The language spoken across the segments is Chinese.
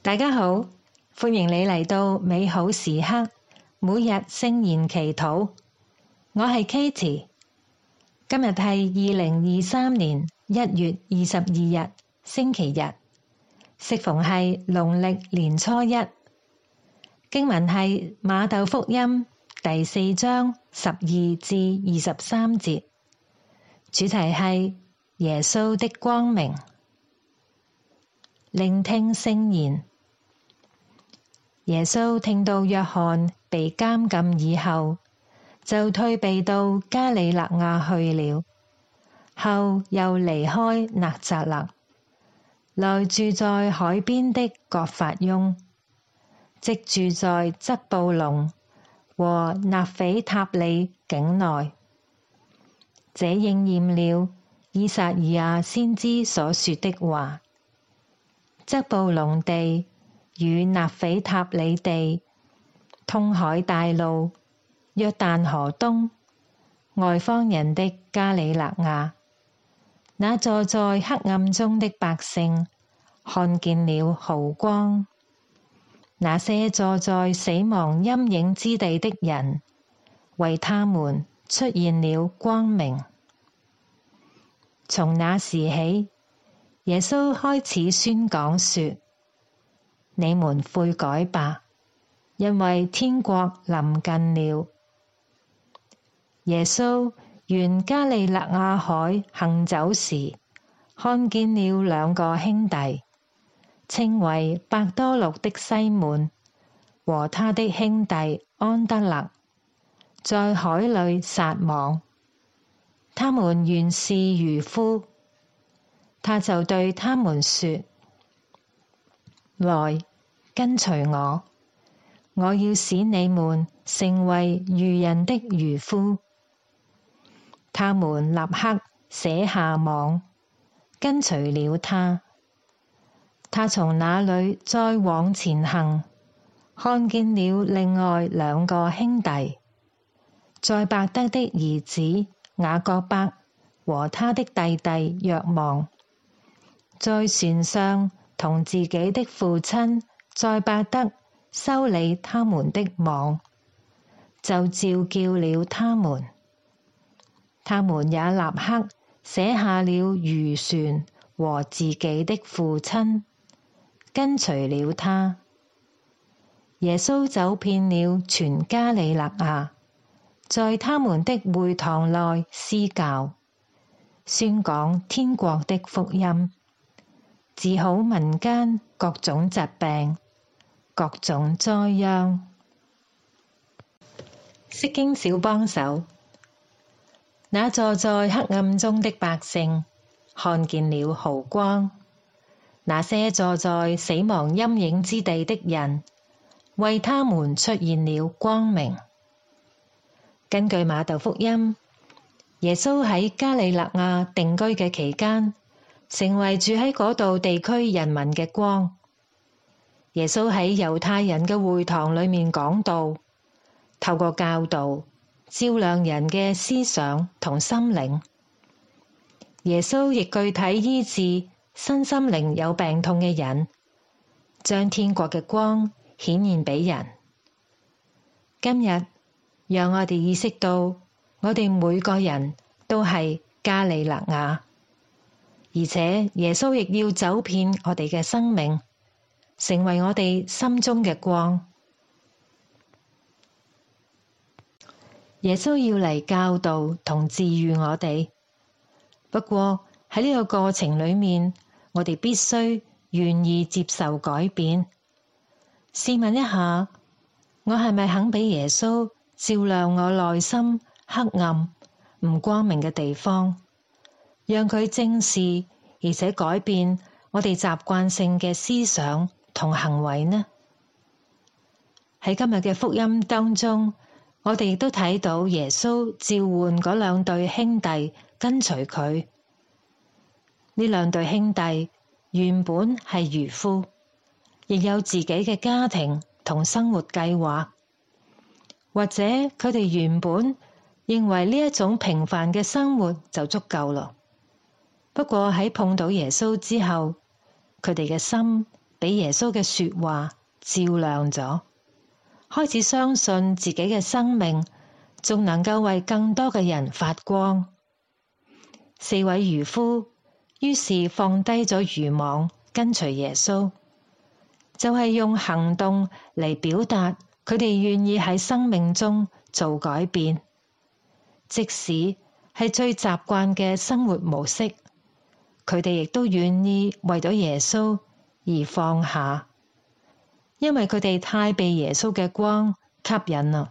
大家好，歡迎你嚟到美好時刻，每日聖言祈禱。我係 Katie， 今日係2023年1月22日，星期日，適逢係農曆年初一。經文係馬竇福音第4章12至23節，主題係耶穌的光明。聆聽聖言。耶穌聽到若翰被監禁以後，就退避到加里肋亞去了，後又離開納匝肋，來住在海邊的葛法翁，即住在則布隆和納斐塔里境內。這應驗了依撒意亞先知所說的話：則布隆地與納斐塔里地，通海大路，約旦河東，外方人的加里肋亞。那坐在黑暗中的百姓，看見了浩光；那些坐在死亡陰影之地的人，為他們出現了光明。從那時起，耶穌開始宣講說：你們悔改吧，因為天國臨近了。耶穌沿加里肋亞海行走時，看見了兩個兄弟，稱為伯多祿的西滿和他的兄弟安德肋，在海裏撒網。他們原是漁夫。他就對他們說：來，跟隨我，我要使你們成為漁人的漁夫。他們立刻捨下網，跟隨了他。他從那裏再往前行，看見了另外兩個兄弟，載伯德的兒子雅各伯和他的弟弟若望，在船上同自己的父親載伯德修理他們的網，就召叫了他們。他們也立刻捨下了漁船和自己的父親，跟隨了他。耶穌走遍了全加里肋亞，在他們的會堂內施教，宣講天國的福音，治好民間各種疾病、各種災殃。釋經小幫手。那坐在黑暗中的百姓，看見了浩光；那些坐在死亡陰影之地的人，為他們出現了光明。根據馬竇福音，耶穌喺加里肋亞定居嘅期間，成為住喺嗰度地區人民嘅光。耶穌喺猶太人嘅會堂裏面講道，透過教導照亮人嘅思想同心靈。耶穌亦具體醫治身心靈有病痛嘅人，將天國嘅光顯現俾人。今日讓我哋意識到，我哋每個人都係加里肋亞，而且耶穌亦要走遍我哋嘅生命，成為我哋心中嘅光。耶穌要嚟教導同治癒我哋，不過喺呢個過程裏面，我哋必須願意接受改變。試問一下，我係咪肯俾耶穌照亮我內心黑暗唔光明嘅地方，讓佢正視而且改變我哋習慣性嘅思想同行為呢？喺今日嘅福音當中，我哋亦都睇到耶穌召喚嗰兩對兄弟跟隨佢。呢兩對兄弟原本係漁夫，亦有自己嘅家庭同生活計劃，或者佢哋原本認為呢一種平凡嘅生活就足夠啦。不過喺碰到耶穌之後，佢哋嘅心俾耶穌嘅說話照亮咗，開始相信自己嘅生命仲能夠為更多嘅人發光。4位漁夫於是放低咗漁網，跟隨耶穌，就係用行動嚟表達佢哋願意喺生命中做改變，即使係最習慣嘅生活模式，佢哋亦都願意為咗耶穌而放下，因為佢哋太被耶穌嘅光吸引啦。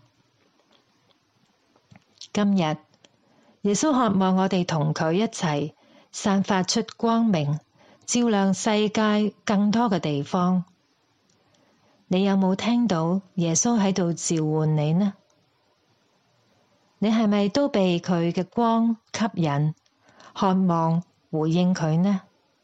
今日耶穌渴望我哋同佢一齊散發出光明，照亮世界更多嘅地方。你有冇聽到耶穌喺度召喚你呢？你係咪都被佢嘅光吸引，渴望回應佢呢？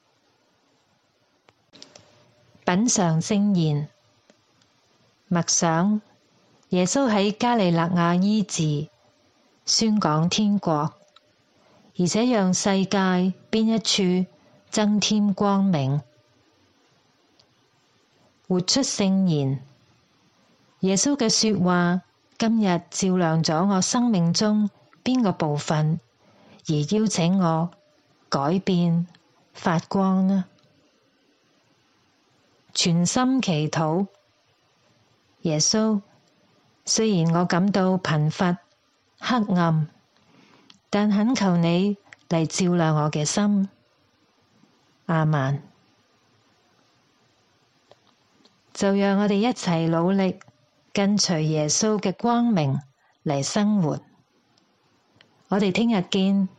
品嚐聖言，默想耶穌喺加里肋亞醫治，宣講天國，而且讓世界邊一處增添光明。活出聖言，耶穌嘅說話今日照亮咗我生命中邊個部分，而邀請我改變發光呢？全心祈禱，耶穌，雖然我感到貧乏黑暗，但懇求你嚟照亮我嘅心。阿們。就讓我哋一齊努力跟隨耶穌嘅光明嚟生活。我哋聽日見。